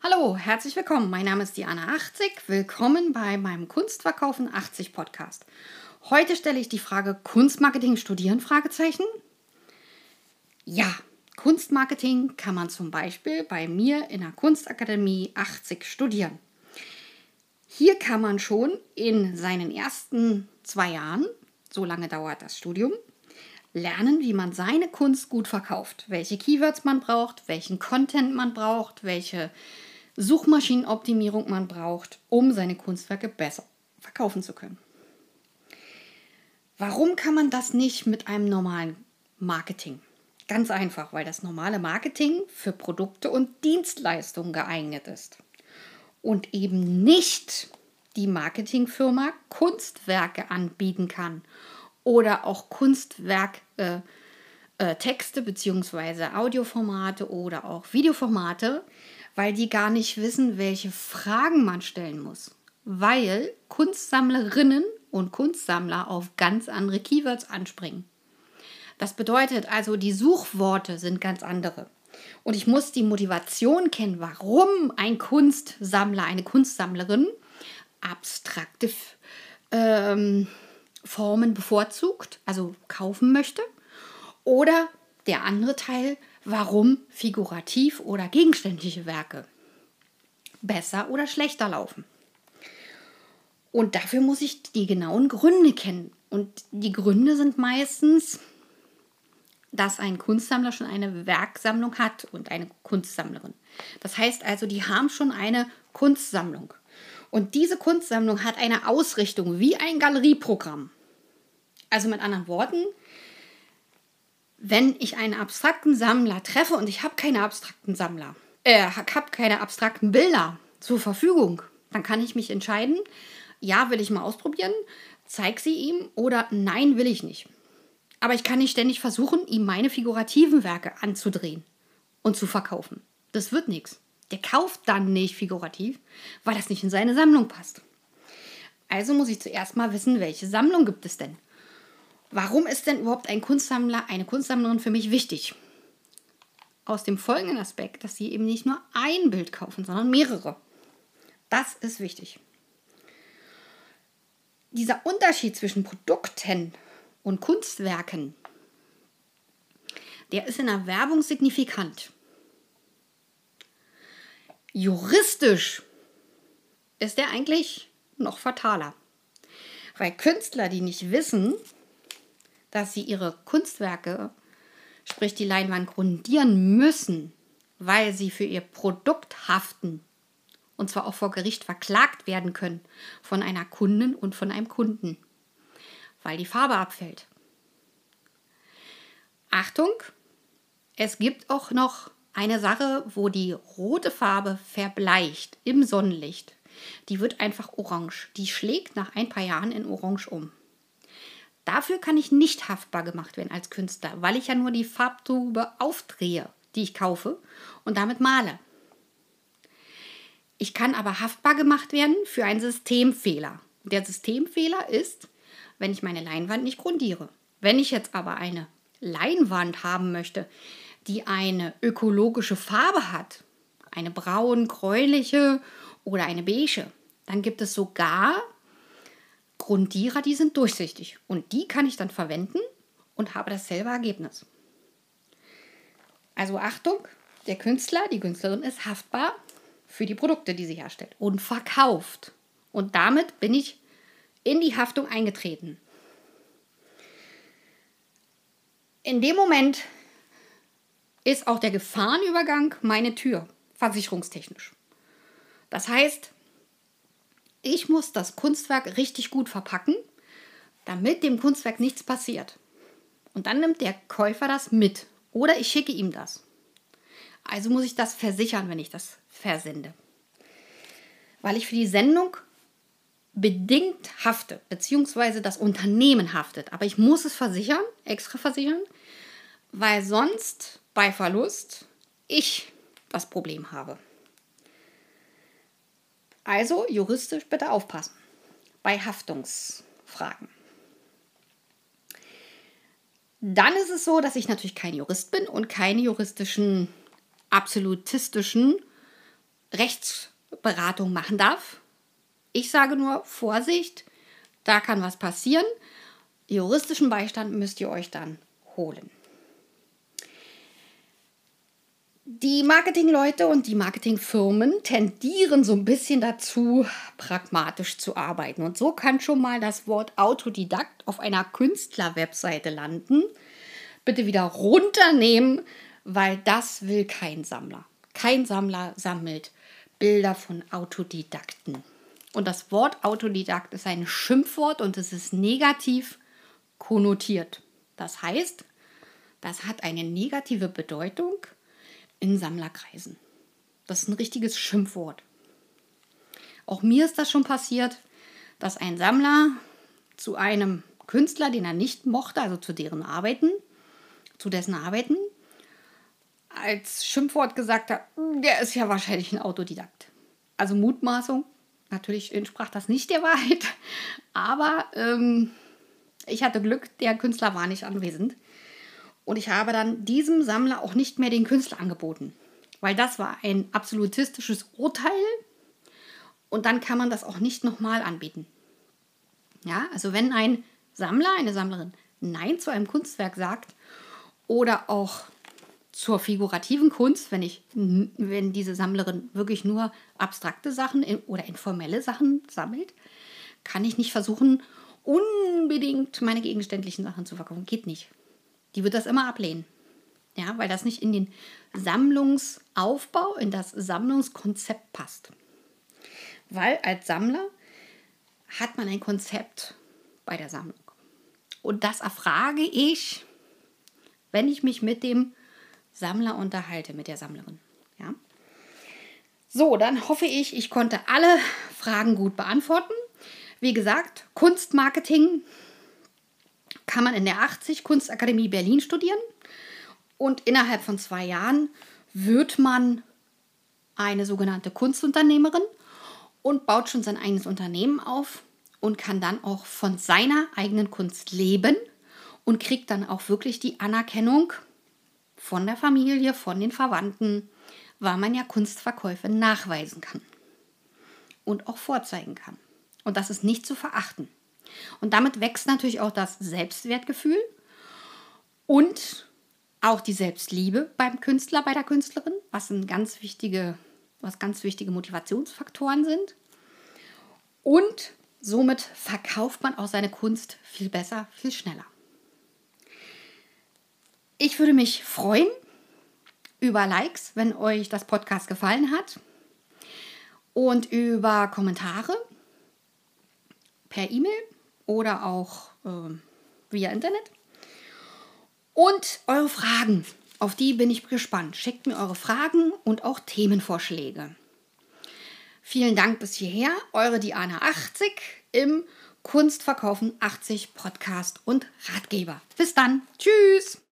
Hallo, herzlich willkommen. Mein Name ist Diana80. Willkommen bei meinem Kunstverkaufen 80 Podcast. Heute stelle ich die Frage: Kunstmarketing studieren? Fragezeichen. Ja, Kunstmarketing kann man zum Beispiel bei mir in der Kunstakademie 80 studieren. Hier kann man schon in seinen ersten 2 Jahren, so lange dauert das Studium, lernen, wie man seine Kunst gut verkauft. Welche Keywords man braucht, welchen Content man braucht, welche Suchmaschinenoptimierung man braucht, um seine Kunstwerke besser verkaufen zu können. Warum kann man das nicht mit einem normalen Marketing? Ganz einfach, weil das normale Marketing für Produkte und Dienstleistungen geeignet ist und eben nicht die Marketingfirma Kunstwerke anbieten kann oder auch Texte bzw. Audioformate oder auch Videoformate, weil die gar nicht wissen, welche Fragen man stellen muss. Weil Kunstsammlerinnen und Kunstsammler auf ganz andere Keywords anspringen. Das bedeutet also, die Suchworte sind ganz andere. Und ich muss die Motivation kennen, warum ein Kunstsammler, eine Kunstsammlerin abstrakte Formen bevorzugt, also kaufen möchte. Oder der andere Teil, warum figurativ oder gegenständliche Werke besser oder schlechter laufen. Und dafür muss ich die genauen Gründe kennen. Und die Gründe sind meistens, dass ein Kunstsammler schon eine Werksammlung hat und eine Kunstsammlerin. Das heißt also, die haben schon eine Kunstsammlung. Und diese Kunstsammlung hat eine Ausrichtung wie ein Galerieprogramm. Also mit anderen Worten, wenn ich einen abstrakten Sammler treffe und ich habe keine keine abstrakten Bilder zur Verfügung, dann kann ich mich entscheiden, ja, will ich mal ausprobieren, zeig sie ihm, oder nein, will ich nicht. Aber ich kann nicht ständig versuchen, ihm meine figurativen Werke anzudrehen und zu verkaufen. Das wird nichts. Der kauft dann nicht figurativ, weil das nicht in seine Sammlung passt. Also muss ich zuerst mal wissen, welche Sammlung gibt es denn? Warum ist denn überhaupt ein Kunstsammler, eine Kunstsammlerin für mich wichtig? Aus dem folgenden Aspekt, dass sie eben nicht nur ein Bild kaufen, sondern mehrere. Das ist wichtig. Dieser Unterschied zwischen Produkten und Kunstwerken, der ist in der Werbung signifikant. Juristisch ist der eigentlich noch fataler. Weil Künstler, die nicht wissen, dass sie ihre Kunstwerke, sprich die Leinwand, grundieren müssen, weil sie für ihr Produkt haften und zwar auch vor Gericht verklagt werden können von einer Kundin und von einem Kunden, weil die Farbe abfällt. Achtung, es gibt auch noch eine Sache, wo die rote Farbe verbleicht im Sonnenlicht. Die wird einfach orange. Die schlägt nach ein paar Jahren in orange um. Dafür kann ich nicht haftbar gemacht werden als Künstler, weil ich ja nur die Farbtube aufdrehe, die ich kaufe und damit male. Ich kann aber haftbar gemacht werden für einen Systemfehler. Der Systemfehler ist, wenn ich meine Leinwand nicht grundiere. Wenn ich jetzt aber eine Leinwand haben möchte, die eine ökologische Farbe hat, eine braun, gräuliche oder eine beige, dann gibt es sogar Grundierer, die sind durchsichtig. Und die kann ich dann verwenden und habe dasselbe Ergebnis. Also Achtung, der Künstler, die Künstlerin ist haftbar für die Produkte, die sie herstellt und verkauft. Und damit bin ich in die Haftung eingetreten. In dem Moment ist auch der Gefahrenübergang meine Tür, versicherungstechnisch. Das heißt, ich muss das Kunstwerk richtig gut verpacken, damit dem Kunstwerk nichts passiert. Und dann nimmt der Käufer das mit oder ich schicke ihm das. Also muss ich das versichern, wenn ich das versende. Weil ich für die Sendung bedingt hafte, beziehungsweise das Unternehmen haftet. Aber ich muss es versichern, extra versichern, weil sonst bei Verlust ich das Problem habe. Also juristisch bitte aufpassen bei Haftungsfragen. Dann ist es so, dass ich natürlich kein Jurist bin und keine juristischen, absolutistischen Rechtsberatung machen darf. Ich sage nur, Vorsicht, da kann was passieren. Juristischen Beistand müsst ihr euch dann holen. Die Marketingleute und die Marketingfirmen tendieren so ein bisschen dazu, pragmatisch zu arbeiten. Und so kann schon mal das Wort Autodidakt auf einer Künstlerwebseite landen. Bitte wieder runternehmen, weil das will kein Sammler. Kein Sammler sammelt Bilder von Autodidakten. Und das Wort Autodidakt ist ein Schimpfwort und es ist negativ konnotiert. Das heißt, das hat eine negative Bedeutung in Sammlerkreisen. Das ist ein richtiges Schimpfwort. Auch mir ist das schon passiert, dass ein Sammler zu einem Künstler, den er nicht mochte, also zu dessen Arbeiten, als Schimpfwort gesagt hat, der ist ja wahrscheinlich ein Autodidakt. Also Mutmaßung, natürlich entsprach das nicht der Wahrheit, aber ich hatte Glück, der Künstler war nicht anwesend. Und ich habe dann diesem Sammler auch nicht mehr den Künstler angeboten, weil das war ein absolutistisches Urteil und dann kann man das auch nicht nochmal anbieten. Ja, also wenn ein Sammler, eine Sammlerin Nein zu einem Kunstwerk sagt oder auch zur figurativen Kunst, wenn diese Sammlerin wirklich nur abstrakte Sachen oder informelle Sachen sammelt, kann ich nicht versuchen, unbedingt meine gegenständlichen Sachen zu verkaufen. Geht nicht. Die wird das immer ablehnen. Ja, weil das nicht in den Sammlungsaufbau, in das Sammlungskonzept passt. Weil als Sammler hat man ein Konzept bei der Sammlung. Und das erfrage ich, wenn ich mich mit dem Sammler unterhalte, mit der Sammlerin. Ja? So, dann hoffe ich, ich konnte alle Fragen gut beantworten. Wie gesagt, Kunstmarketing kann man in der 80 Kunstakademie Berlin studieren und innerhalb von 2 Jahren wird man eine sogenannte Kunstunternehmerin und baut schon sein eigenes Unternehmen auf und kann dann auch von seiner eigenen Kunst leben und kriegt dann auch wirklich die Anerkennung von der Familie, von den Verwandten, weil man ja Kunstverkäufe nachweisen kann und auch vorzeigen kann. Und das ist nicht zu verachten. Und damit wächst natürlich auch das Selbstwertgefühl und auch die Selbstliebe beim Künstler, bei der Künstlerin, was ganz wichtige Motivationsfaktoren sind. Und somit verkauft man auch seine Kunst viel besser, viel schneller. Ich würde mich freuen über Likes, wenn euch das Podcast gefallen hat und über Kommentare per E-Mail oder auch via Internet. Und eure Fragen, auf die bin ich gespannt. Schickt mir eure Fragen und auch Themenvorschläge. Vielen Dank bis hierher, eure Diana 80 im Kunstverkaufen 80 Podcast und Ratgeber. Bis dann, tschüss!